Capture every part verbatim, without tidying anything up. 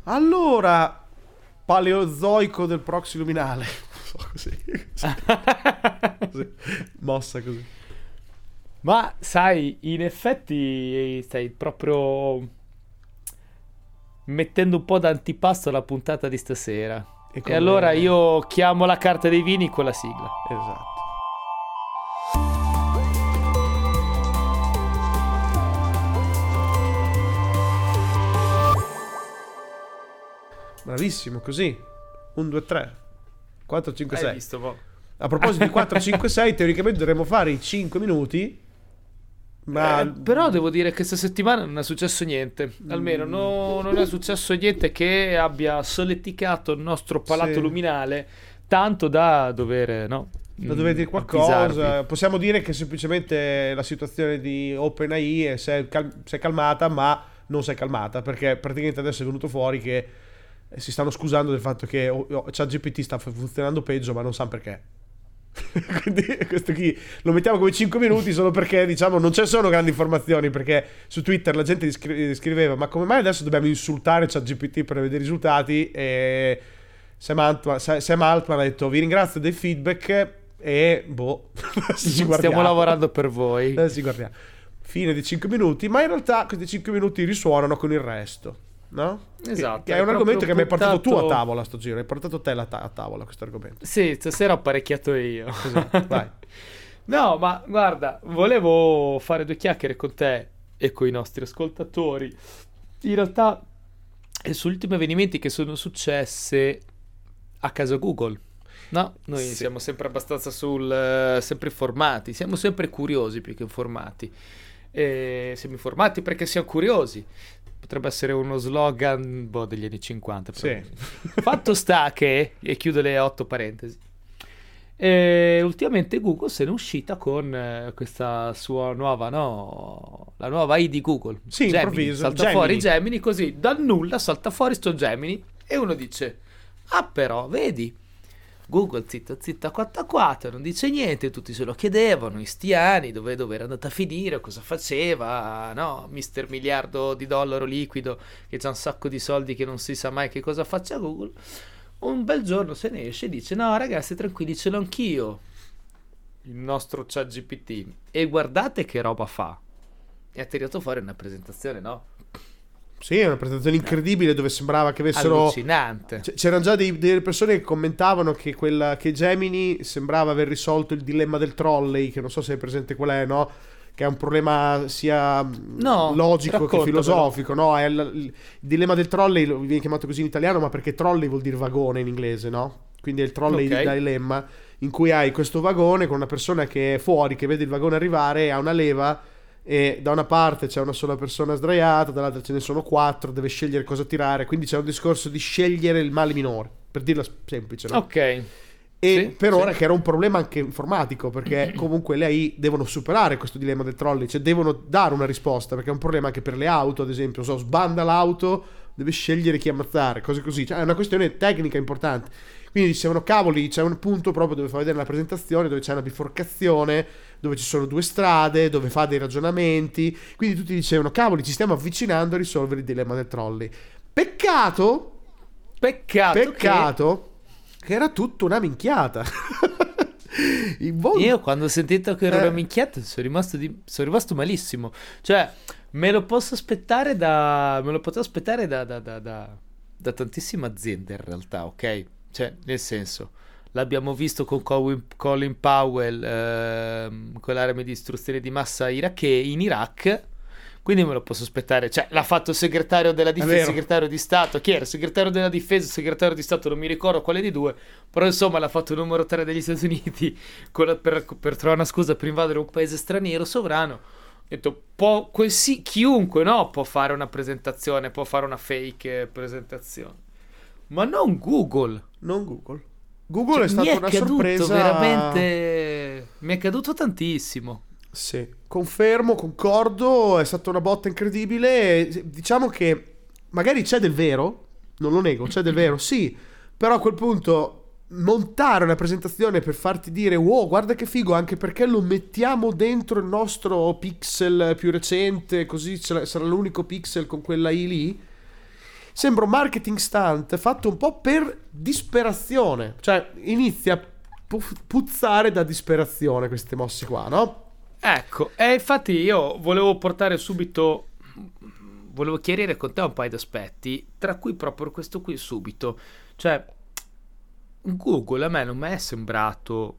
Allora, paleozoico del proxy luminale. Così, così. Così. Mossa così. Ma sai, in effetti stai proprio mettendo un po' d'antipasto alla puntata di stasera. E, e allora io chiamo la carta dei vini con la sigla. Esatto. Bravissimo, così. uno, due, tre, quattro, cinque, sei. Hai visto, po'? A proposito di quattro, cinque, sei, teoricamente dovremmo fare i cinque minuti. Ma eh, però devo dire che questa settimana non è successo niente. Almeno no, non è successo niente che abbia solleticato il nostro palato sì. luminale tanto da dover, no? Da dover dire qualcosa. Possiamo dire che semplicemente la situazione di OpenAI si è, cal- si è calmata, ma non si è calmata, perché praticamente adesso è venuto fuori che si stanno scusando del fatto che ChatGPT sta funzionando peggio, ma non sanno perché. Quindi questo qui lo mettiamo come cinque minuti solo perché, diciamo, non ci sono grandi informazioni, perché su Twitter la gente scri- scriveva ma come mai adesso dobbiamo insultare ChatGPT per vedere i risultati, e Sam Altman, Sam Altman ha detto vi ringrazio dei feedback e boh ci stiamo lavorando per voi. Adesso ci guardiamo. Fine di cinque minuti, ma in realtà questi cinque minuti risuonano con il resto, no? Esatto, che, che è un argomento che mi hai portato puntato... tu a tavola sto giro, hai portato te la ta- a tavola questo argomento. Sì, stasera ho apparecchiato io. Esatto, vai. No, ma guarda, volevo fare due chiacchiere con te e con i nostri ascoltatori. In realtà, sugli ultimi avvenimenti che sono successe a casa Google. No, noi sì. siamo sempre abbastanza sul... sempre informati, siamo sempre curiosi più che informati. E siamo informati perché siamo curiosi. Potrebbe essere uno slogan boh, degli anni cinquanta. Sì. Fatto sta che, e chiudo le otto parentesi, e ultimamente Google se n'è uscita con eh, questa sua nuova, no? La nuova I di Google. Sì, Gemini. improvviso. Salta Gemini. fuori Gemini, così dal nulla salta fuori sto Gemini e uno dice, ah però, vedi, Google zitto zitto quattro quattro, non dice niente, tutti se lo chiedevano, istiani, dove, dove era andata a finire, cosa faceva, no, mister miliardo di dollaro liquido che c'ha un sacco di soldi che non si sa mai che cosa faccia Google. Un bel giorno se ne esce e dice no ragazzi tranquilli, ce l'ho anch'io il nostro ChatGPT e guardate che roba fa, e ha tirato fuori una presentazione, no? Sì, è una presentazione incredibile dove sembrava che avessero... Allucinante. C- c'erano già dei, delle persone che commentavano che, quella, che Gemini sembrava aver risolto il dilemma del trolley, che non so se è presente qual è, no? Che è un problema sia no, logico che filosofico, no? È il, il dilemma del trolley, viene chiamato così in italiano, ma perché trolley vuol dire vagone in inglese, no? Quindi è il trolley okay. dilemma, in cui hai questo vagone con una persona che è fuori, che vede il vagone arrivare, ha una leva, e da una parte c'è una sola persona sdraiata, dall'altra ce ne sono quattro, deve scegliere cosa tirare, quindi c'è un discorso di scegliere il male minore, per dirla semplice, no? Ok. E sì, per sì. ora che era un problema anche informatico, perché comunque le A I devono superare questo dilemma del trolley, cioè devono dare una risposta, perché è un problema anche per le auto, ad esempio, so, sbanda l'auto, deve scegliere chi ammazzare, cose così, cioè è una questione tecnica importante. Quindi dicevano cavoli, c'è un punto proprio dove fa vedere la presentazione, dove c'è una biforcazione, dove ci sono due strade, dove fa dei ragionamenti, quindi tutti dicevano cavoli, ci stiamo avvicinando a risolvere il dilemma del trolley. Peccato Peccato Peccato che, che era tutto una minchiata. Vol- Io quando ho sentito che era eh. una minchiata sono rimasto, di- sono rimasto malissimo. Cioè, me lo posso aspettare da... me lo potevo aspettare da, da, da, da, da tantissime aziende in realtà, ok? Cioè, nel senso, l'abbiamo visto con Colin Powell ehm, con l'arma di distruzione di massa irachè in Iraq, quindi me lo posso aspettare. Cioè, l'ha fatto il segretario della difesa, il segretario di Stato. Chi era? Il segretario della difesa, il segretario di Stato, non mi ricordo quale dei due, però insomma l'ha fatto il numero tre degli Stati Uniti per, per, per trovare una scusa per invadere un paese straniero sovrano. Ho detto, può, quasi, chiunque, no, può fare una presentazione, può fare una fake presentazione. Ma non Google. Non Google. Google cioè, è stata una è caduto, sorpresa. Veramente mi è caduto tantissimo. Sì, confermo, concordo, è stata una botta incredibile. Diciamo che magari c'è del vero, non lo nego, c'è del vero, sì, però a quel punto montare una presentazione per farti dire wow, guarda che figo, anche perché lo mettiamo dentro il nostro pixel più recente, così sarà l'unico pixel con quella I lì. sembra un marketing stunt fatto un po' per disperazione, cioè inizia a pu- puzzare da disperazione queste mosse qua, no? Ecco, e infatti io volevo portare subito, volevo chiarire con te un paio di aspetti, tra cui proprio questo qui subito. Cioè, Google a me non mi è sembrato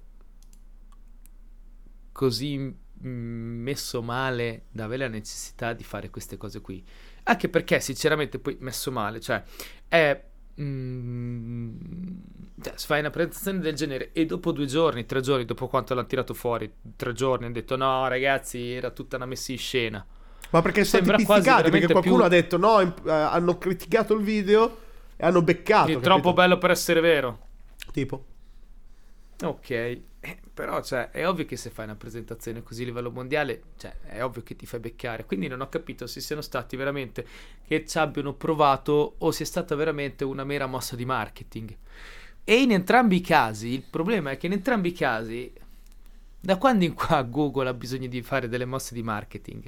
così mh, messo male da avere la necessità di fare queste cose qui. Anche perché, sinceramente, poi messo male, cioè, è... Mm, cioè, se fai una presentazione del genere e dopo due giorni, tre giorni dopo quanto l'hanno tirato fuori, tre giorni hanno detto no ragazzi era tutta una messa in scena, ma perché sono sembra stati pizzicati, perché qualcuno più... ha detto no, eh, hanno criticato il video e hanno beccato, è troppo bello per essere vero, tipo ok, eh, però cioè è ovvio che se fai una presentazione così a livello mondiale, cioè è ovvio che ti fai beccare, quindi non ho capito se siano stati veramente che ci abbiano provato o sia stata veramente una mera mossa di marketing. E in entrambi i casi il problema è che in entrambi i casi da quando in qua Google ha bisogno di fare delle mosse di marketing?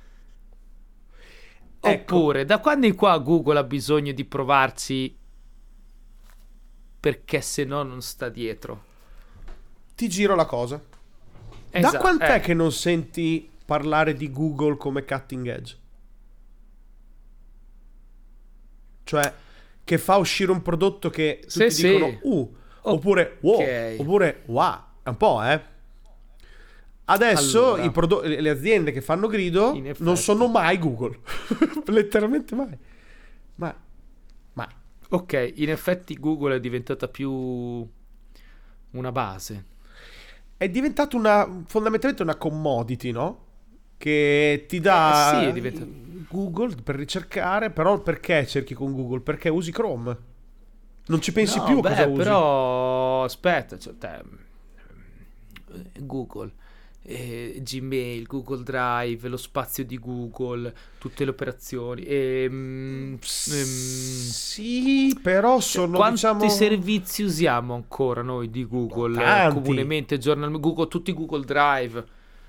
Ecco. Oppure da quando in qua Google ha bisogno di provarci perché se no non sta dietro? Ti giro la cosa. Esatto, Da quant'è eh. che non senti parlare di Google come cutting edge? Cioè, che fa uscire un prodotto che tutti Sì, dicono sì. uh, oppure wow, Ok. oppure wow, è un po', eh. Adesso Allora. i prodo- le aziende che fanno grido In effetti. non sono mai Google. Letteralmente mai. Mai. Mai. Ok, in effetti Google è diventata più una base. È diventato una fondamentalmente una commodity, no? Che ti dà Eh, sì, è diventato- Google per ricercare, però perché cerchi con Google? Perché usi Chrome. Non ci pensi No, più a beh, cosa usi. però aspetta, cioè, te, Google, eh, Gmail, Google Drive, lo spazio di Google, tutte le operazioni. ehm, ehm, Sì, però sono quanti diciamo servizi usiamo ancora noi di Google? Tanti. Comunemente, giornalmente, Google, tutti Google Drive.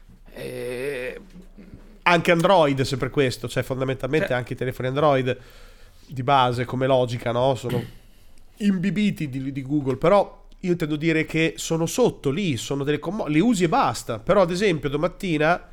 Eh, anche Android, sempre questo, cioè fondamentalmente Cioè- anche i telefoni Android di base come logica, no? Sono imbibiti di, di Google, però io intendo dire che sono sotto lì, sono delle commo- li usi e basta. Però ad esempio domattina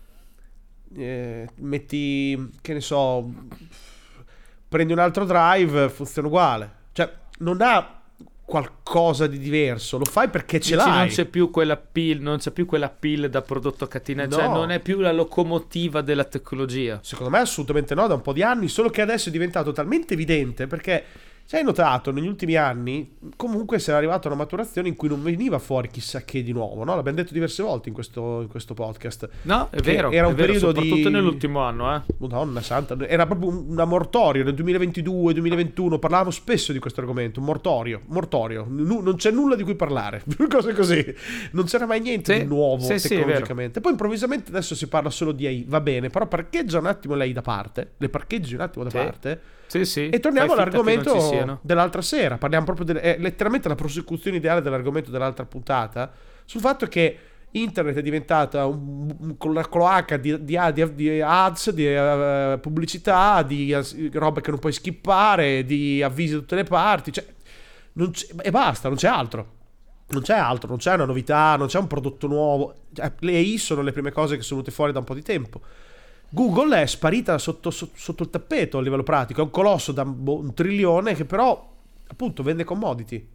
eh, metti, che ne so, prendi un altro drive, funziona uguale, cioè non ha qualcosa di diverso, lo fai perché ce dici, l'hai. non c'è più quella pill, non c'è più quella pill da prodotto a catena, cioè No. non è più la locomotiva della tecnologia. Secondo me assolutamente no, da un po' di anni, solo che adesso è diventato talmente evidente, perché se hai notato negli ultimi anni comunque si era arrivato a una maturazione in cui non veniva fuori chissà che di nuovo, no? L'abbiamo detto diverse volte in questo, in questo podcast. No, è Che vero, era un è vero, periodo soprattutto di- nell'ultimo anno, eh. Madonna santa, era proprio un, un mortorio nel duemilaventidue duemilaventuno, parlavamo spesso di questo argomento, un mortorio, mortorio, Nu- non c'è nulla di cui parlare, cose così, non c'era mai niente Sì, di nuovo sì, sì, è tecnologicamente. Poi improvvisamente adesso si parla solo di A I, va bene, però parcheggia un attimo lei da parte, le parcheggi un attimo da Sì. parte Sì, sì. e torniamo Fai finta che non ci all'argomento siano. dell'altra sera. Parliamo proprio del- è letteralmente la prosecuzione ideale dell'argomento dell'altra puntata, sul fatto che internet è diventata un, un- con la cloaca di, di, di- di ads, di eh, pubblicità, di eh, robe che non puoi skippare, di avvisi da tutte le parti, cioè, non c'è- e basta, non c'è altro. Non c'è altro, non c'è una novità, non c'è un prodotto nuovo. Cioè, le A I sono le prime cose che sono venute fuori da un po' di tempo. Google è sparita sotto, sotto, sotto il tappeto a livello pratico, è un colosso da boh, un trilione che però appunto vende commodity.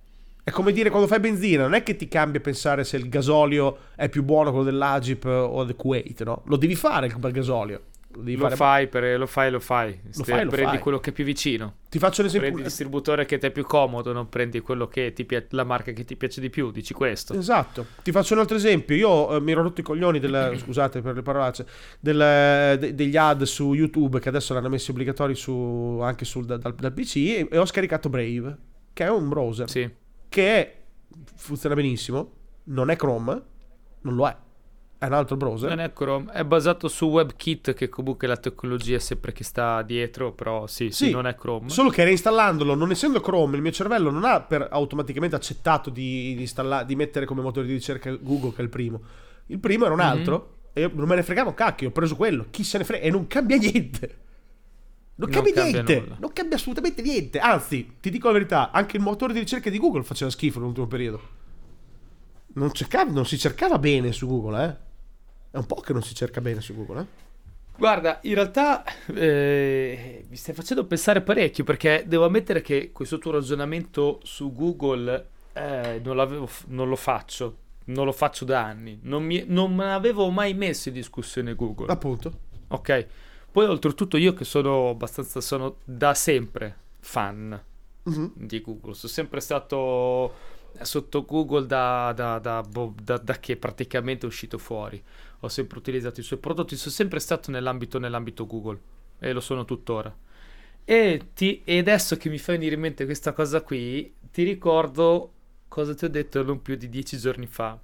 È come dire quando fai benzina, non è che ti cambia pensare se il gasolio è più buono quello dell'Agip o del Kuwait, no? Lo devi fare il gasolio. Lo devi Lo fare. fai, per, lo fai, lo fai. Lo Ste- fai, lo prendi fai. quello che è più vicino. Ti faccio un esempio. Prendi il distributore che ti è più comodo, non prendi quello che ti piace, la marca che ti piace di più, dici questo. Esatto, ti faccio un altro esempio. Io eh, mi ero rotto i coglioni del, scusate per le parolacce, del- de- degli ad su YouTube che adesso l'hanno messi obbligatori su, anche sul, dal, dal P C e, e ho scaricato Brave, che è un browser Sì. che è- funziona benissimo, non è Chrome, non lo è, è un altro browser. Non è Chrome, è basato su WebKit, che comunque la tecnologia è sempre che sta dietro, però sì, sì, Sì, non è Chrome. Solo che reinstallandolo, non essendo Chrome, il mio cervello non ha per automaticamente accettato di, di, installa- di mettere come motore di ricerca Google, che è il primo. Il primo era un Mhm. altro, e io non me ne fregavo un cacchio, ho preso quello, chi se ne frega, e non cambia niente. Non cambia, non cambia niente, nulla. non cambia assolutamente niente. Anzi, ti dico la verità, anche il motore di ricerca di Google faceva schifo nell'ultimo periodo. Non, cercava, non si cercava bene su Google, eh. È un po' che non si cerca bene su Google, eh. Guarda, in realtà eh, mi stai facendo pensare parecchio, perché devo ammettere che questo tuo ragionamento su Google eh, non, l'avevo, non lo faccio, non lo faccio da anni, non, mi, non me l'avevo mai messo in discussione Google. Appunto. Ok, poi oltretutto io che sono abbastanza, sono da sempre fan Mm-hmm. di Google, sono sempre stato sotto Google da, da, da, boh, da, da che praticamente è uscito fuori. Ho sempre utilizzato i suoi prodotti, sono sempre stato nell'ambito, nell'ambito Google e lo sono tuttora. E, ti, e adesso che mi fa venire in mente questa cosa qui, ti ricordo cosa ti ho detto non più di dieci giorni fa.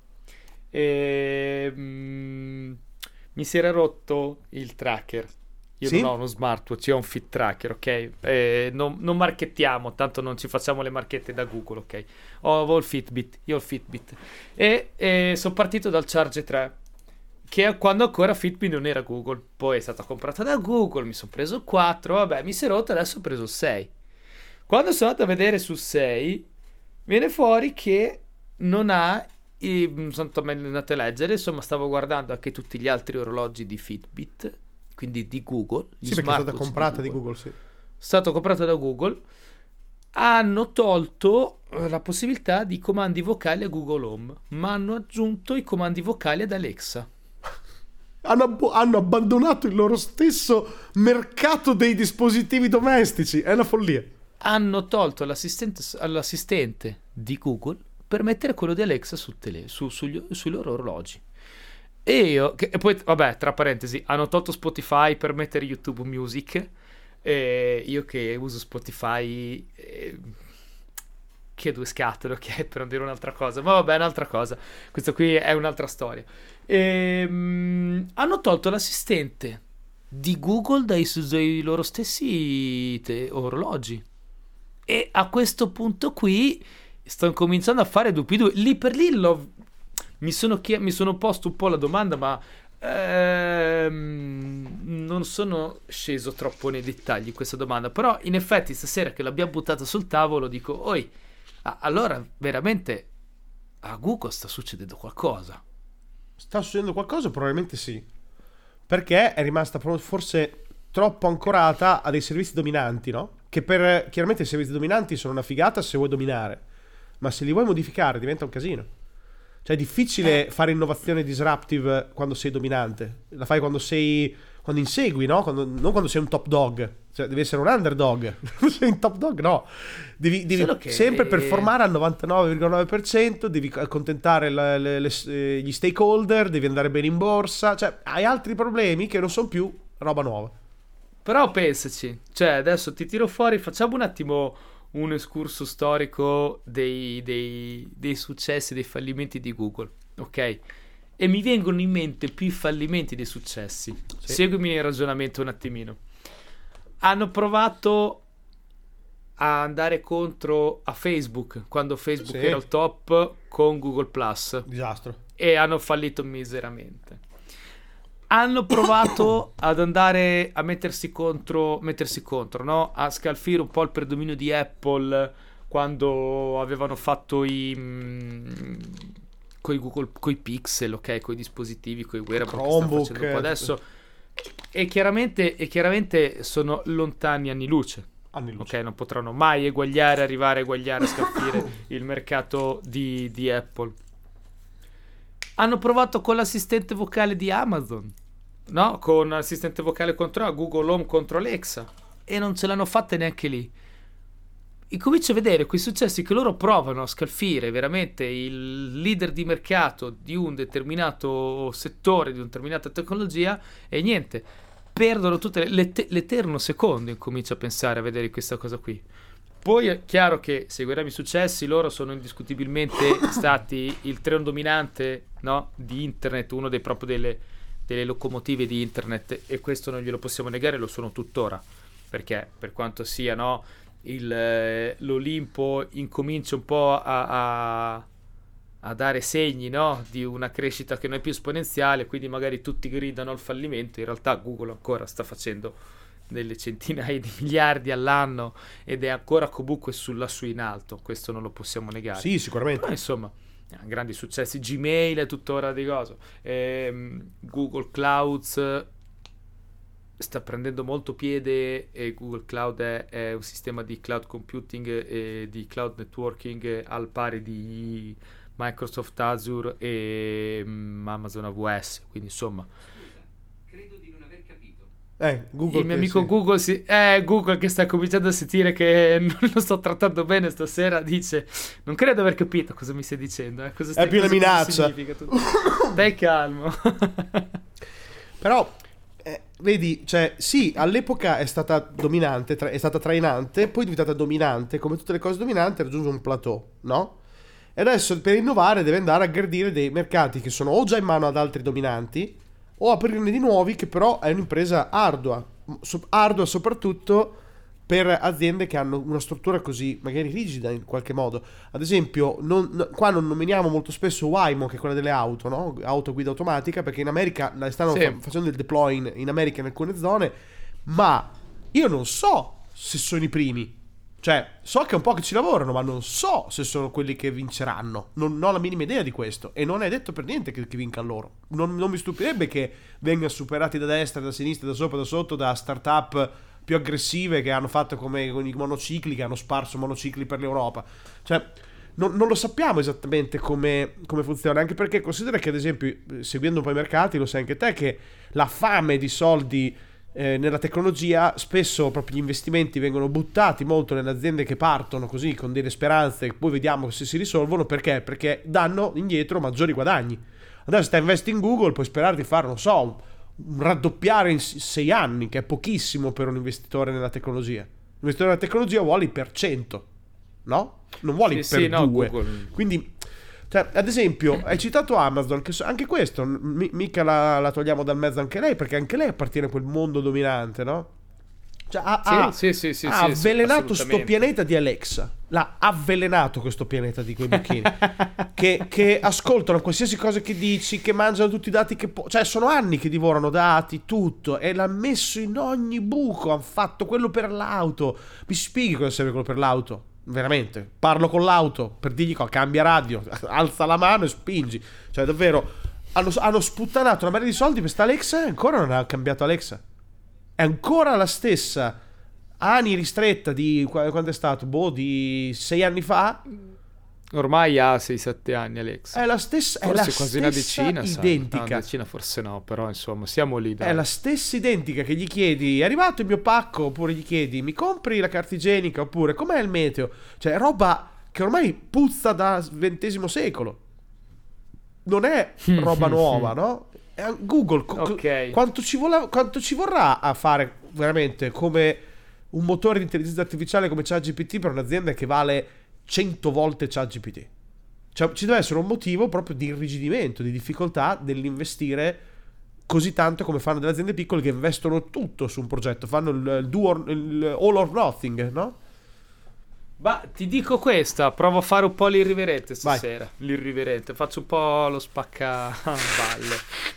E, mm, mi si era rotto il tracker. Io Sì? non ho uno smartwatch, io ho un Fit Tracker, ok? E non, non marchettiamo, tanto non ci facciamo le marchette da Google, ok? Ho, ho il Fitbit, io ho il Fitbit. E, e sono partito dal Charge tre, che è quando ancora Fitbit non era Google. Poi è stata comprata da Google, mi sono preso il quattro, vabbè, mi si è rotto, adesso ho preso il sei. Quando sono andato a vedere sul sei, viene fuori che non ha... i- sono andato a leggere, insomma, stavo guardando anche tutti gli altri orologi di Fitbit, quindi di Google. gli Sì, perché è stata smartwatch comprata di Google, sì. stato comprato da Google, hanno tolto eh, la possibilità di comandi vocali a Google Home, ma hanno aggiunto i comandi vocali ad Alexa. Hanno, abbo- hanno abbandonato il loro stesso mercato dei dispositivi domestici. È una follia. Hanno tolto l'assistente, all'assistente di Google per mettere quello di Alexa sul tele, su- sugli- sui loro orologi. E io, che, e poi, vabbè, tra parentesi, hanno tolto Spotify per mettere YouTube Music. E io che uso Spotify, eh, che due scatole, ok, per non dire un'altra cosa, ma vabbè, è un'altra cosa. Questa qui è un'altra storia. Ehm, hanno tolto l'assistente di Google dai, dai loro stessi te- orologi. E a questo punto qui sto cominciando a fare due più due. Lì per lì l'ho, mi sono, chie- mi sono posto un po' la domanda, ma ehm, non sono sceso troppo nei dettagli in questa domanda. Però in effetti stasera che l'abbiamo buttata sul tavolo dico, oi, ah, allora veramente a Google sta succedendo qualcosa. Sta succedendo qualcosa? Probabilmente sì. Perché è rimasta pro- forse troppo ancorata a dei servizi dominanti, no? Che per chiaramente i servizi dominanti sono una figata se vuoi dominare, ma se li vuoi modificare diventa un casino. Cioè è difficile Eh. fare innovazione disruptive quando sei dominante. La fai quando sei quando insegui, no? Quando, non quando sei un top dog. Cioè devi essere un underdog. Quando sei un top dog, no. Devi, devi Solo che- sempre performare al novantanove virgola nove per cento, devi accontentare le- le- le- gli stakeholder, devi andare bene in borsa. Cioè hai altri problemi che non sono più roba nuova. Però pensaci, cioè adesso ti tiro fuori, facciamo un attimo un escurso storico dei, dei, dei successi, dei fallimenti di Google, ok? E mi vengono in mente più i fallimenti dei successi. Sì. Seguimi nel ragionamento un attimino. Hanno provato a andare contro a Facebook quando Facebook Sì. era al top con Google Plus Disastro. e hanno fallito miseramente. Hanno provato ad andare a mettersi contro, mettersi contro, no? A scalfire un po' il predominio di Apple quando avevano fatto i mm, coi Google, coi Pixel, ok, coi dispositivi, coi wearable che stanno Chromebook, facendo un po' eh, adesso. E chiaramente, e chiaramente sono lontani anni luce. Anni luce. Ok, non potranno mai eguagliare, arrivare a eguagliare, a scalfire il mercato di, di Apple. Hanno provato con l'assistente vocale di Amazon, no? Con l'assistente vocale contro Google Home contro Alexa, e non ce l'hanno fatta neanche lì. E comincio a vedere quei successi che loro provano a scalfire veramente il leader di mercato di un determinato settore, di una determinata tecnologia, e niente, perdono tutte le, l'et- l'eterno secondo. Incomincio a pensare, a vedere questa cosa qui. Poi è chiaro che seguiranno i successi, loro sono indiscutibilmente stati il treno dominante, no? Di internet, uno dei proprio delle, delle locomotive di internet, e questo non glielo possiamo negare, lo sono tuttora, perché per quanto sia, no, il, eh, l'Olimpo incomincia un po' a, a, a dare segni, no, di una crescita che non è più esponenziale, quindi magari tutti gridano al fallimento, in realtà Google ancora sta facendo delle centinaia di miliardi all'anno ed è ancora comunque sulla sua in alto, questo non lo possiamo negare. Sì, sicuramente. Però, insomma, grandi successi. Gmail è tuttora di cosa. Ehm, Google Clouds sta prendendo molto piede e Google Cloud è, è un sistema di cloud computing e di cloud networking al pari di Microsoft Azure e um, Amazon A W S, quindi insomma credo di non aver capito. Eh, Google il mio che amico sì. Google si, eh, Google che sta cominciando a sentire che non lo sto trattando bene stasera dice non credo aver capito cosa mi stai dicendo, eh? Cosa stai, è più una cosa- cosa minaccia. significa tutto? Stai calmo. Però eh, vedi, cioè sì, all'epoca è stata dominante, tra- è stata trainante, poi è diventata dominante, come tutte le cose dominanti raggiunge un plateau, no? E adesso per innovare deve andare a aggredire dei mercati che sono o già in mano ad altri dominanti o aprirne di nuovi, che però è un'impresa ardua, so- ardua soprattutto per aziende che hanno una struttura così magari rigida in qualche modo. Ad esempio, non- no- qua non nominiamo molto spesso Waymo, che è quella delle auto, no? Auto guida automatica, perché in America la stanno Sì. fa- facendo il deploy in, in America in alcune zone, ma io non so se sono i primi. Cioè, so che è un po' che ci lavorano, ma non so se sono quelli che vinceranno. Non, non ho la minima idea di questo. E non è detto per niente che, che vinca loro. Non, non mi stupirebbe che vengano superati da destra, da sinistra, da sopra, da sotto, da start-up più aggressive che hanno fatto come con i monocicli, che hanno sparso monocicli per l'Europa. Cioè, non, non lo sappiamo esattamente come, come funziona. Anche perché considera che, ad esempio, seguendo un po' i mercati, lo sai anche te, che la fame di soldi Eh, nella tecnologia, spesso proprio gli investimenti vengono buttati molto nelle aziende che partono così con delle speranze e poi vediamo se si risolvono. Perché? Perché danno indietro maggiori guadagni. Adesso se investi in Google puoi sperare di fare, non so, un, un raddoppiare in sei anni, che è pochissimo per un investitore nella tecnologia. L'investitore nella tecnologia vuole per cento, no? Non vuole Sì, per sì, no, due. Google. Quindi, cioè, ad esempio, hai citato Amazon, che so- anche questo, mi- mica la, la togliamo dal mezzo anche lei, perché anche lei appartiene a quel mondo dominante, no? Cioè, ha, Sì, ha- sì, sì, sì, ha sì, sì, avvelenato sto assolutamente. pianeta di Alexa. L'ha avvelenato questo pianeta di quei bocchini. che, che ascoltano qualsiasi cosa che dici, che mangiano tutti i dati che po- cioè, sono anni che divorano dati, tutto. E l'ha messo in ogni buco. Hanno fatto quello per l'auto. Mi spieghi cosa serve quello per l'auto? Veramente, parlo con l'auto per dirgli cosa, cambia radio, alza la mano e spingi. Cioè, davvero, hanno, hanno sputtanato una marea di soldi per sta Alexa e ancora non ha cambiato Alexa. È ancora la stessa ani ristretta di qua- quando è stato? Boh, di sei anni fa. Ormai ha sei sette anni Alexa. È la stessa, è Forse la quasi una stessa decina, sai. identica. No, una decina forse no, però insomma siamo lì, dai. È la stessa identica, che gli chiedi: è arrivato il mio pacco? Oppure gli chiedi: mi compri la carta igienica? Oppure com'è il meteo? Cioè, è roba che ormai puzza da ventesimo secolo. Non è roba nuova, no? È Google, co- co- Ok. quanto, ci vola- quanto ci vorrà a fare veramente come un motore di intelligenza artificiale come ChatGPT per un'azienda che vale cento volte ChatGPT? Cioè, ci deve essere un motivo proprio di irrigidimento, di difficoltà nell'investire così tanto come fanno delle aziende piccole che investono tutto su un progetto, fanno il, il, do or- il all or nothing, no? Ma ti dico questa, provo a fare un po' l'irriverente Vai. stasera. L'irriverente, faccio un po' lo spaccaballe.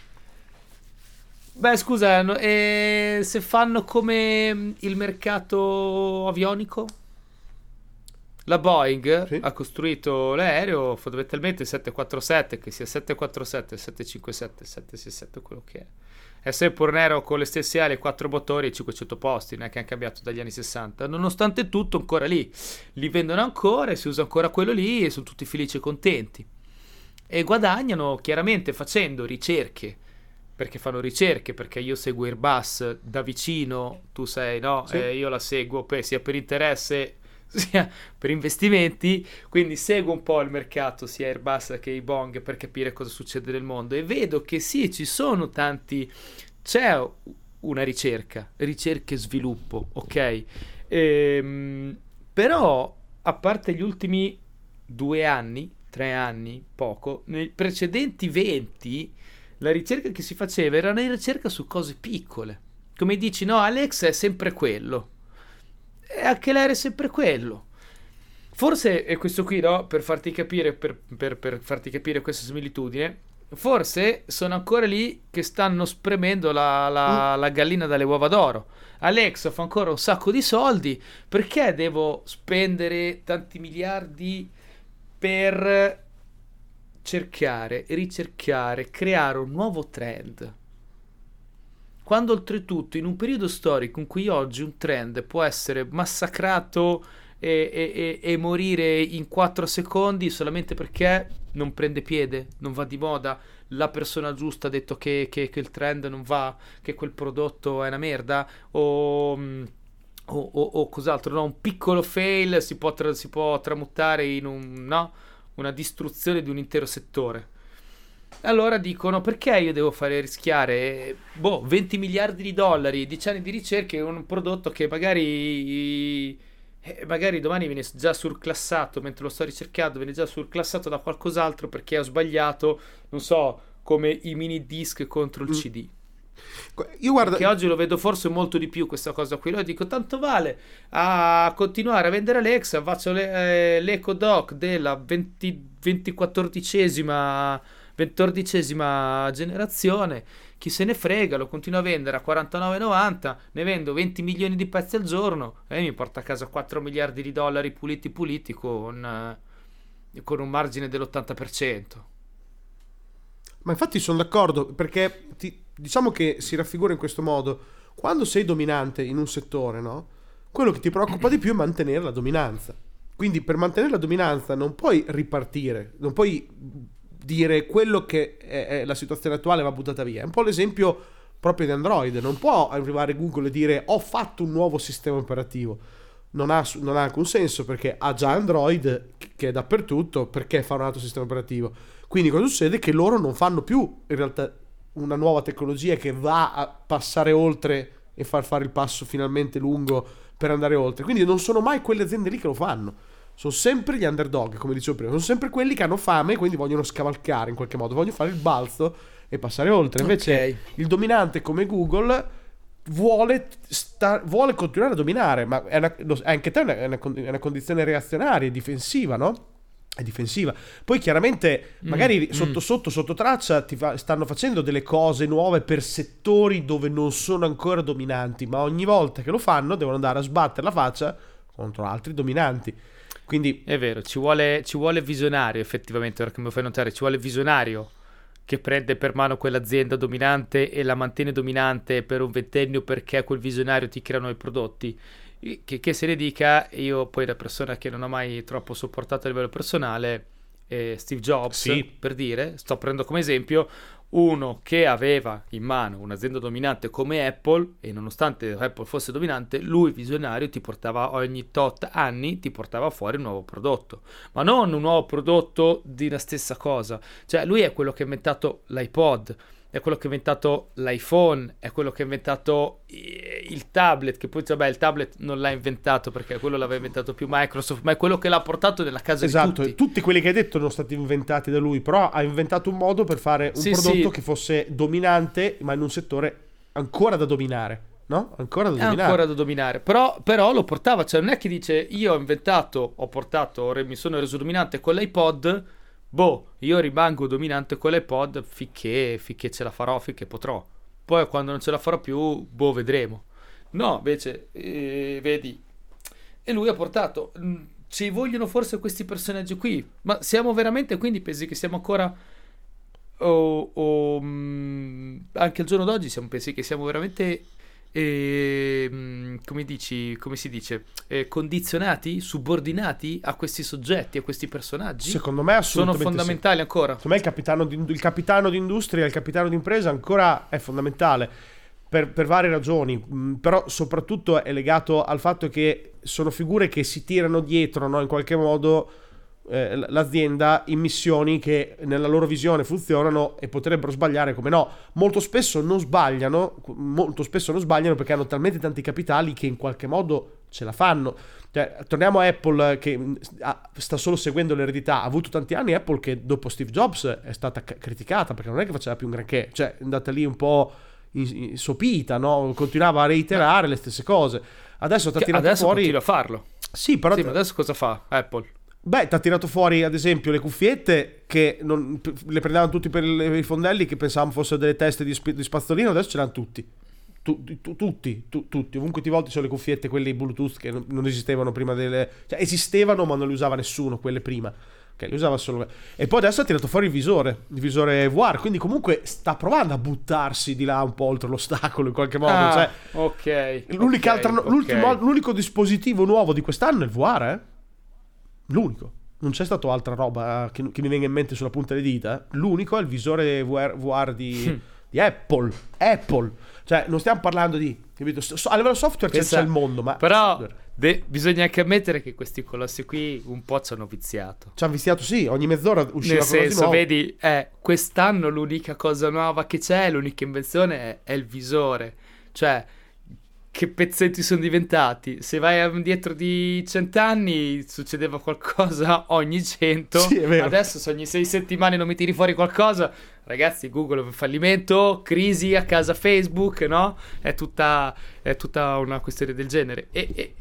Beh, scusa, no, e se fanno come il mercato avionico? La Boeing Sì. ha costruito l'aereo fondamentalmente settecentoquarantasette, che sia settecentoquarantasette, settecentocinquantasette, settecentosessantasette, quello che è. È sempre un aereo con le stesse ali, quattro motori e cinquecento posti, non è che hanno cambiato dagli anni sessanta. Nonostante tutto, ancora lì. Li vendono ancora e si usa ancora quello lì e sono tutti felici e contenti. E guadagnano chiaramente facendo ricerche. Perché fanno ricerche, perché io seguo Airbus da vicino, tu sei, no? Sì. Eh, io la seguo per, sia per interesse sia per investimenti, quindi seguo un po' il mercato sia Airbus che i Boeing per capire cosa succede nel mondo e vedo che sì, ci sono tanti, c'è una ricerca, ricerca e sviluppo, ok? Ehm, però a parte gli ultimi due anni, tre anni, poco, nei precedenti venti la ricerca che si faceva era una ricerca su cose piccole, come dici, no, Alex è sempre quello. E anche l'aereo è sempre quello. Forse è questo qui, no? Per farti capire, per, per, per farti capire questa similitudine, forse sono ancora lì che stanno spremendo la, la, mm. la gallina dalle uova d'oro. Alexa fa ancora un sacco di soldi, perché devo spendere tanti miliardi per cercare, ricercare, creare un nuovo trend? Quando oltretutto in un periodo storico in cui oggi un trend può essere massacrato e, e, e, e morire in quattro secondi solamente perché non prende piede, non va di moda, la persona giusta ha detto che, che, che il trend non va, che quel prodotto è una merda, o, o, o, o cos'altro, no? Un piccolo fail si può, tra, si può tramutare in un, no? una distruzione di un intero settore. Allora dicono, perché io devo fare rischiare boh, venti miliardi di dollari, dieci anni di ricerca in un prodotto che magari eh, magari domani viene già surclassato, mentre lo sto ricercando viene già surclassato da qualcos'altro perché ho sbagliato, non so, come i mini disc contro il C D. Io guarda, che oggi lo vedo forse molto di più questa cosa qui. Lo dico, tanto vale a continuare a vendere Alexa, faccio le, eh, l'Echo Dot della ventiquattordicesima ventordicesima generazione, chi se ne frega, lo continuo a vendere a quarantanove e novanta, ne vendo venti milioni di pezzi al giorno e mi porta a casa quattro miliardi di dollari puliti puliti con, eh, con un margine dell'ottanta per cento. Ma infatti sono d'accordo, perché ti, diciamo che si raffigura in questo modo: quando sei dominante in un settore, no? Quello che ti preoccupa di più è mantenere la dominanza. Quindi per mantenere la dominanza non puoi ripartire, non puoi dire quello che è, è la situazione attuale va buttata via. È un po' l'esempio proprio di Android. Non può arrivare Google e dire ho fatto un nuovo sistema operativo. Non ha, non ha alcun senso, perché ha già Android che è dappertutto, perché fare un altro sistema operativo? Quindi cosa succede? Che loro non fanno più in realtà una nuova tecnologia che va a passare oltre e far fare il passo finalmente lungo per andare oltre. Quindi non sono mai quelle aziende lì che lo fanno. Sono sempre gli underdog, come dicevo prima. Sono sempre quelli che hanno fame e quindi vogliono scavalcare in qualche modo, vogliono fare il balzo e passare oltre. Invece okay. il dominante come Google vuole, sta, vuole continuare a dominare, ma è una, anche te è una, è una condizione reazionaria, difensiva, no? È difensiva. Poi chiaramente magari mm, sotto mm. sotto sotto traccia ti fa, stanno facendo delle cose nuove per settori dove non sono ancora dominanti, ma ogni volta che lo fanno devono andare a sbattere la faccia contro altri dominanti. Quindi è vero, ci vuole, ci vuole visionario, effettivamente, ora che mi fai notare, ci vuole visionario che prende per mano quell'azienda dominante e la mantiene dominante per un ventennio, perché quel visionario ti crea nuovi prodotti. Che, che se ne dica, io poi la persona che non ho mai troppo sopportato a livello personale è Steve Jobs, sì. per dire, sto prendendo come esempio uno che aveva in mano un'azienda dominante come Apple, e nonostante Apple fosse dominante, lui visionario ti portava ogni tot anni ti portava fuori un nuovo prodotto, ma non un nuovo prodotto di una stessa cosa. Cioè lui è quello che ha inventato l'iPod, è quello che ha inventato l'iPhone, è quello che ha inventato il tablet, che poi vabbè il tablet non l'ha inventato perché quello l'aveva inventato più Microsoft, ma è quello che l'ha portato nella casa esatto, di tutti. Esatto, tutti quelli che hai detto sono stati inventati da lui, però ha inventato un modo per fare un sì, prodotto sì. che fosse dominante, ma in un settore ancora da dominare, no? Ancora da dominare. Ancora da dominare, però, però lo portava, cioè non è che dice io ho inventato, ho portato, mi sono reso dominante con l'iPod, boh, io rimango dominante con l'iPod finché, finché ce la farò, finché potrò. Poi quando non ce la farò più, boh, vedremo. No, invece, eh, vedi, e lui ha portato, mh, ci vogliono forse questi personaggi qui, ma siamo veramente, quindi pensi che siamo ancora, o, o mh, anche al giorno d'oggi siamo, pensi che siamo veramente... E, come dici, come si dice, eh, condizionati, subordinati a questi soggetti, a questi personaggi? Secondo me assolutamente sono fondamentali sì. ancora. Secondo me il capitano di, il capitano d'industria, il capitano d'impresa ancora è fondamentale per, per varie ragioni, mh, però soprattutto è legato al fatto che sono figure che si tirano dietro, no, in qualche modo eh, l'azienda in missioni che nella loro visione funzionano e potrebbero sbagliare, come no. Molto spesso non sbagliano, molto spesso non sbagliano perché hanno talmente tanti capitali che in qualche modo ce la fanno. Cioè, torniamo a Apple che sta solo seguendo l'eredità. Ha avuto tanti anni Apple che dopo Steve Jobs è stata criticata perché non è che faceva più un granché, cioè è andata lì un po' sopita, no? Continuava a reiterare le stesse cose. Adesso sta tirando adesso fuori, continua a farlo. Sì, però sì, ma adesso cosa fa Apple? Beh, ti ha tirato fuori ad esempio le cuffiette che non, le prendevano tutti per i fondelli, che pensavamo fossero delle teste di, di spazzolino, adesso ce l'hanno tutti. Tu, tu, tutti, tu, tutti, ovunque ti volti sono le cuffiette, quelle Bluetooth che non, non esistevano prima delle... Cioè esistevano ma non le usava nessuno, quelle prima. Che le usava solo... E poi adesso ha tirato fuori il visore, il visore V R, quindi comunque sta provando a buttarsi di là un po' oltre l'ostacolo in qualche modo. Ah, cioè, ok. l'unica okay, altra, okay. l'ultimo, l'unico dispositivo nuovo di quest'anno è il V R, eh? L'unico. Non c'è stato altra roba che, che mi venga in mente sulla punta delle dita. L'unico è il visore V R, V R di, di Apple. Apple. Cioè, non stiamo parlando di... Capito? So, a livello software c'è, Pensa, c'è il mondo, ma... Però de- bisogna anche ammettere che questi colossi qui un po' ci hanno viziato. Ci hanno viziato, sì. Ogni mezz'ora usciva Nel senso, nuovo. vedi, eh, quest'anno l'unica cosa nuova che c'è, l'unica invenzione è, è il visore. Cioè... Che pezzetti sono diventati? Se vai dietro di cent'anni succedeva qualcosa ogni cento. Sì, è vero. Adesso se ogni sei settimane non mi tiri fuori qualcosa, ragazzi, Google è fallimento, crisi a casa Facebook, no? È tutta, è tutta una questione del genere. E, e,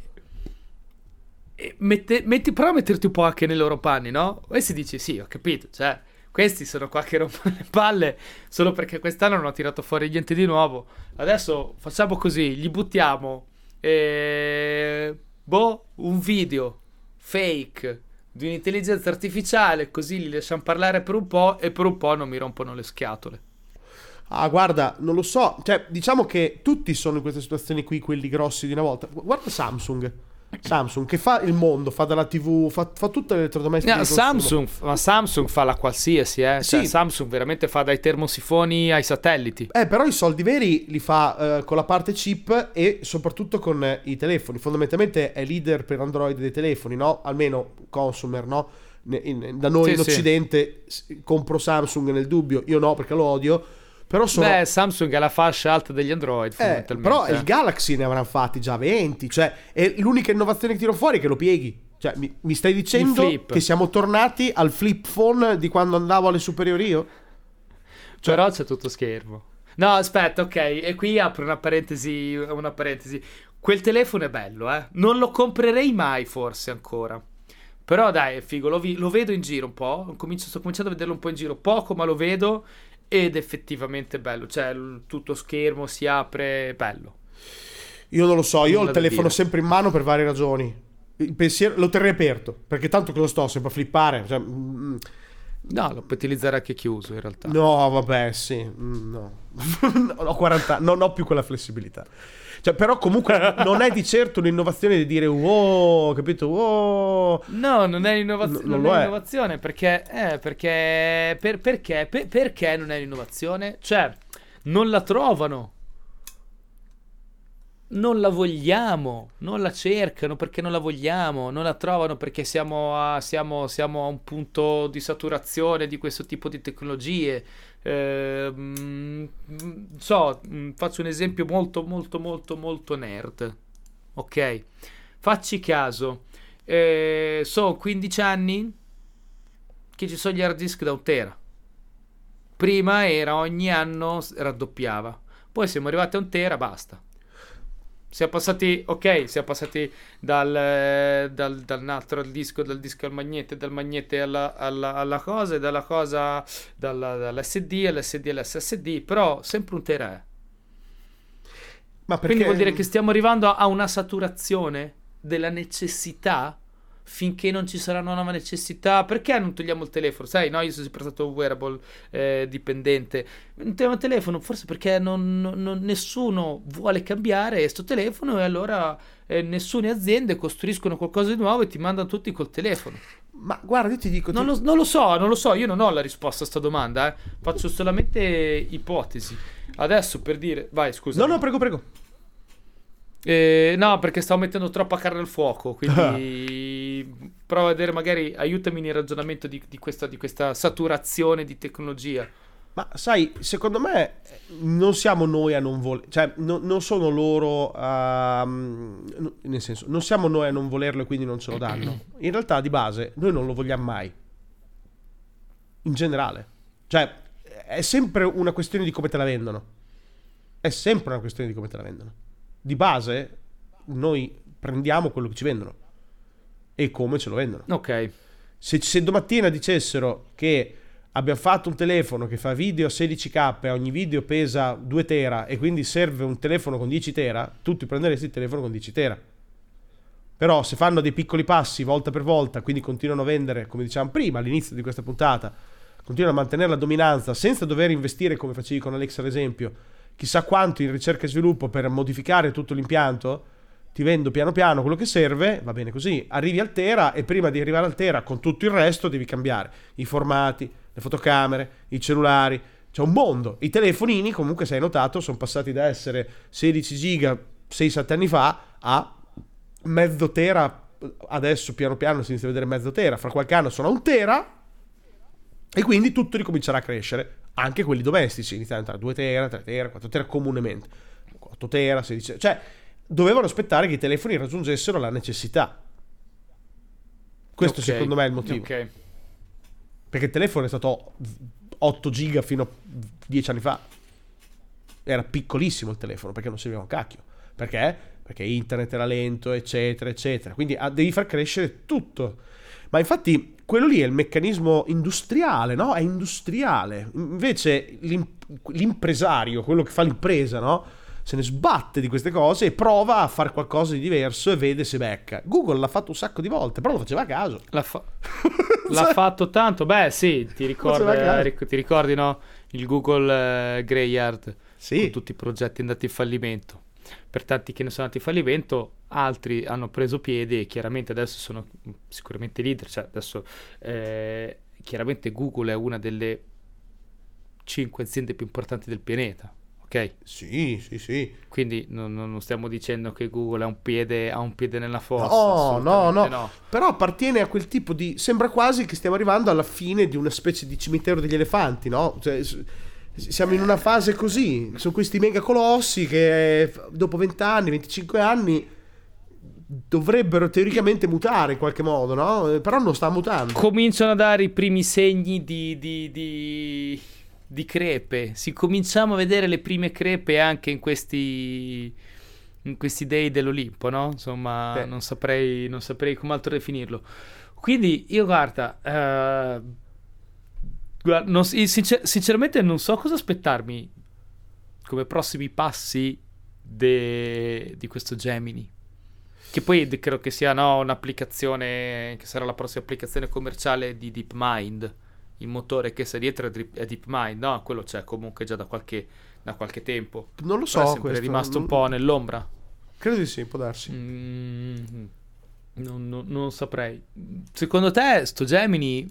e mette, metti, prova a metterti un po' anche nei loro panni, no? E si dice sì, ho capito, cioè... Questi sono qua che rompono le palle solo perché quest'anno non ho tirato fuori niente di nuovo. Adesso facciamo così, gli buttiamo eh, boh, un video fake di un'intelligenza artificiale, così li lasciamo parlare per un po' e per un po' non mi rompono le scatole. Ah, guarda, non lo so. Cioè, diciamo che tutti sono in queste situazioni qui, quelli grossi di una volta. Guarda Samsung. Samsung che fa il mondo, fa dalla tivù, fa, fa tutte le elettrodomestiche. No, Samsung, ma Samsung fa la qualsiasi, eh. Cioè, sì. Samsung veramente fa dai termosifoni ai satelliti. Eh, però i soldi veri li fa eh, con la parte chip e soprattutto con eh, i telefoni. Fondamentalmente è leader per Android dei telefoni, no? Almeno consumer, no? In, in, da noi sì, in Occidente sì. Compro Samsung nel dubbio, io no perché lo odio. Però sono... Beh, Samsung è la fascia alta degli Android, fondamentalmente. Eh, però il Galaxy ne avranno fatti già venti, cioè è l'unica innovazione che tiro fuori è che lo pieghi. Cioè, mi, mi stai dicendo che siamo tornati al flip phone di quando andavo alle superiori io? Cioè... Però c'è tutto schermo. No, aspetta, ok, e qui apro una parentesi, una parentesi. Quel telefono è bello, eh. Non lo comprerei mai, forse, ancora. Però dai, è figo, lo, vi- lo vedo in giro un po', comincio, sto cominciando a vederlo un po' in giro, poco, ma lo vedo... Ed effettivamente bello, cioè tutto schermo si apre, bello. Io non lo so, io ho il telefono dire. sempre in mano per varie ragioni. Il pensiero lo terrei aperto, perché tanto che lo sto sempre a flippare. Cioè, mm, no, lo puoi utilizzare anche chiuso in realtà. No, vabbè, sì, no. Ho quaranta anni, non ho più quella flessibilità. Cioè, però comunque non è di certo un'innovazione di dire wow, capito? Wow. No, non è l'innovazione, no, non non è è. l'innovazione perché eh, perché per, perché per, perché non è l'innovazione? Cioè, non la trovano. Non la vogliamo, non la cercano perché non la vogliamo, non la trovano perché siamo a, siamo, siamo a un punto di saturazione di questo tipo di tecnologie. Eh, mh, so, mh, faccio un esempio molto molto molto molto nerd. Ok, facci caso, eh, sono quindici anni che ci sono gli hard disk da un tera. Prima era ogni anno raddoppiava, poi siamo arrivati a un tera, basta. Siamo passati, ok, siamo passati dal, dal, dal nastro al disco, dal disco al magnete, dal magnete alla, alla, alla cosa, e dalla cosa dalla, dall'S D, all'S D all'S S D, però sempre un tera è. Ma perché... Quindi vuol dire che stiamo arrivando a una saturazione della necessità finché non ci sarà una nuova necessità. Perché non togliamo il telefono? Sai, no, io sono sempre stato un wearable eh, dipendente. Non togliamo il telefono forse perché non, non, nessuno vuole cambiare questo telefono e allora eh, nessune aziende costruiscono qualcosa di nuovo e ti mandano tutti col telefono. Ma guarda, io ti dico... Non, ti... lo, non lo so, non lo so, io non ho la risposta a sta domanda, eh. Faccio solamente ipotesi. Adesso per dire... Vai, scusa. No, no, prego, prego. Eh, no, perché stavo mettendo troppa carne al fuoco, quindi provo a vedere, magari aiutami nel ragionamento di, di, questa, di questa saturazione di tecnologia. Ma sai, secondo me non siamo noi a non voler, cioè no, non sono loro a, nel senso, non siamo noi a non volerlo e quindi non ce lo danno. In realtà di base noi non lo vogliamo mai, in generale. Cioè è sempre una questione di come te la vendono. È sempre una questione di come te la vendono. Di base noi prendiamo quello che ci vendono e come ce lo vendono. Ok. Se, se domattina dicessero che abbiamo fatto un telefono che fa video a sedici K e ogni video pesa due tera e quindi serve un telefono con dieci tera, tu ti prenderesti il telefono con dieci tera. Però se fanno dei piccoli passi volta per volta, quindi continuano a vendere, come dicevamo prima all'inizio di questa puntata, continuano a mantenere la dominanza senza dover investire, come facevi con Alexa ad esempio, chissà quanto in ricerca e sviluppo per modificare tutto l'impianto, ti vendo piano piano quello che serve, va bene così, arrivi al tera e prima di arrivare al tera con tutto il resto devi cambiare i formati, le fotocamere, i cellulari, c'è un mondo. I telefonini comunque, se hai notato, sono passati da essere sedici giga sei sette anni fa a mezzo tera, adesso piano piano si inizia a vedere mezzo tera, fra qualche anno sono a un tera e quindi tutto ricomincerà a crescere, anche quelli domestici iniziano a entrare due tera, tre tera, quattro tera comunemente, otto tera, sedici, cioè dovevano aspettare che i telefoni raggiungessero la necessità. Questo okay, secondo me è il motivo. Okay. Perché il telefono è stato otto giga fino a dieci anni fa. Era piccolissimo il telefono perché non serviva un cacchio. Perché? Perché internet era lento, eccetera, eccetera. Quindi ah, devi far crescere tutto. Ma infatti quello lì è il meccanismo industriale, no? È industriale. Invece l'imp- l'impresario, quello che fa l'impresa, no? Se ne sbatte di queste cose e prova a fare qualcosa di diverso e vede se becca. Google l'ha fatto un sacco di volte, però lo faceva a caso. L'ha, fa- l'ha fatto tanto. Beh, sì, ti ricordi, eh, ti ricordi no? Il Google eh, Greyard, sì, con tutti i progetti andati in fallimento. Per tanti che ne sono andati in fallimento, altri hanno preso piede e chiaramente adesso sono sicuramente leader. Cioè adesso eh, chiaramente Google è una delle cinque aziende più importanti del pianeta. Okay. Sì, sì, sì. Quindi non, non stiamo dicendo che Google ha un piede, ha un piede nella fossa. No, no, no, no. Però appartiene a quel tipo di... Sembra quasi che stiamo arrivando alla fine di una specie di cimitero degli elefanti, no? Cioè, siamo in una fase così. Sono questi mega colossi che dopo venti anni, venticinque anni dovrebbero teoricamente mutare in qualche modo, no? Però non sta mutando. Cominciano a dare i primi segni di... di, di... di crepe, si cominciamo a vedere le prime crepe anche in questi in questi dei dell'Olimpo, no? Insomma, eh. non saprei non saprei come altro definirlo. Quindi io guarda, uh, guarda non, sincer- sinceramente non so cosa aspettarmi come prossimi passi de- di questo Gemini, che poi credo che sia no, un'applicazione che sarà la prossima applicazione commerciale di DeepMind. Il motore che sta dietro è DeepMind, no? Quello c'è comunque già da qualche, da qualche tempo. Non lo so, però è sempre questo, rimasto non... un po' nell'ombra. Credo di sì, può darsi. Mm, non, non, non saprei. Secondo te sto Gemini è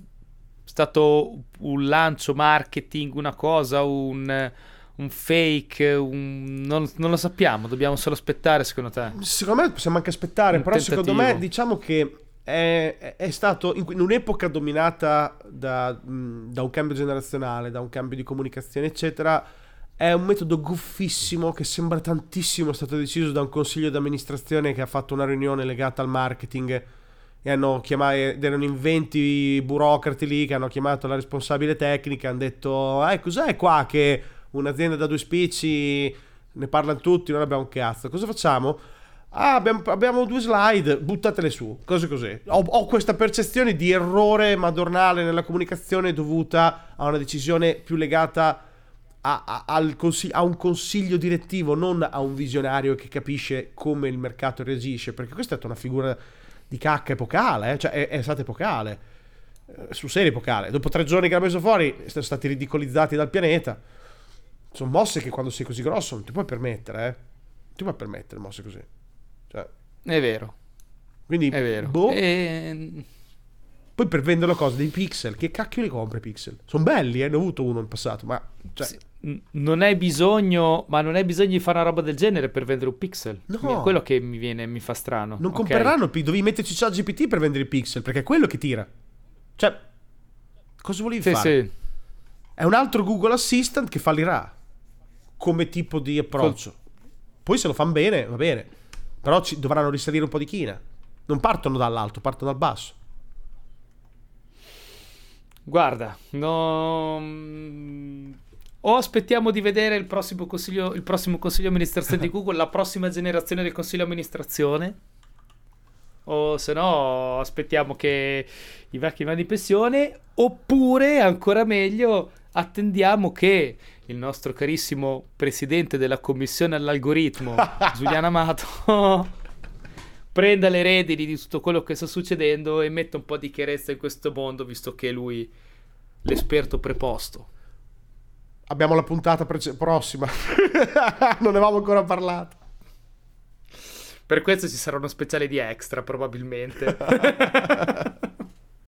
stato un lancio marketing, una cosa, un, un fake, un... Non, non lo sappiamo, dobbiamo solo aspettare secondo te? Secondo me possiamo anche aspettare, un però tentativo. Secondo me diciamo che È, è stato in, in un'epoca dominata da, mh, da un cambio generazionale, da un cambio di comunicazione eccetera. È un metodo goffissimo che sembra tantissimo è stato deciso da un consiglio d'amministrazione che ha fatto una riunione legata al marketing e hanno chiamato, ed erano in venti burocrati lì che hanno chiamato la responsabile tecnica, hanno detto eh cos'è qua che un'azienda da due spicci ne parlano tutti, non abbiamo un cazzo, cosa facciamo? Ah, abbiamo, abbiamo due slide, buttatele su, cose così. Ho, ho questa percezione di errore madornale nella comunicazione dovuta a una decisione più legata a, a, al consig- a un consiglio direttivo, non a un visionario che capisce come il mercato reagisce, perché questa è stata una figura di cacca epocale, eh? Cioè è, è stata epocale, eh, su serie epocale. Dopo tre giorni che l'ha messo fuori, sono stati ridicolizzati dal pianeta. Sono mosse che quando sei così grosso non ti puoi permettere, eh? Non ti puoi permettere mosse così. Cioè, è vero, quindi è vero. Boh. E... poi per vendere cose dei pixel, che cacchio li compra i pixel? Sono belli, eh? Ne ho avuto uno in passato, ma cioè... sì, non hai bisogno, ma non hai bisogno di fare una roba del genere per vendere un pixel. No, è quello che mi viene, mi fa strano. Non okay. compreranno, dovevi metterci ChatGPT per vendere i pixel, perché è quello che tira. Cioè, cosa volevi sì, fare? Sì. È un altro Google Assistant che fallirà come tipo di approccio. Poi se lo fanno bene, va bene. Però ci dovranno risalire un po' di china. Non partono dall'alto, partono dal basso. Guarda, no... o aspettiamo di vedere il prossimo consiglio, il prossimo consiglio amministrazione di Google, la prossima generazione del consiglio amministrazione, o se no aspettiamo che i vecchi vanno in pensione, oppure ancora meglio attendiamo che il nostro carissimo presidente della commissione all'algoritmo Giuliano Amato prenda le redini di tutto quello che sta succedendo e metta un po' di chiarezza in questo mondo, visto che è lui l'esperto preposto. Abbiamo la puntata pre- prossima non ne avevamo ancora parlato. Per questo ci sarà uno speciale di extra probabilmente.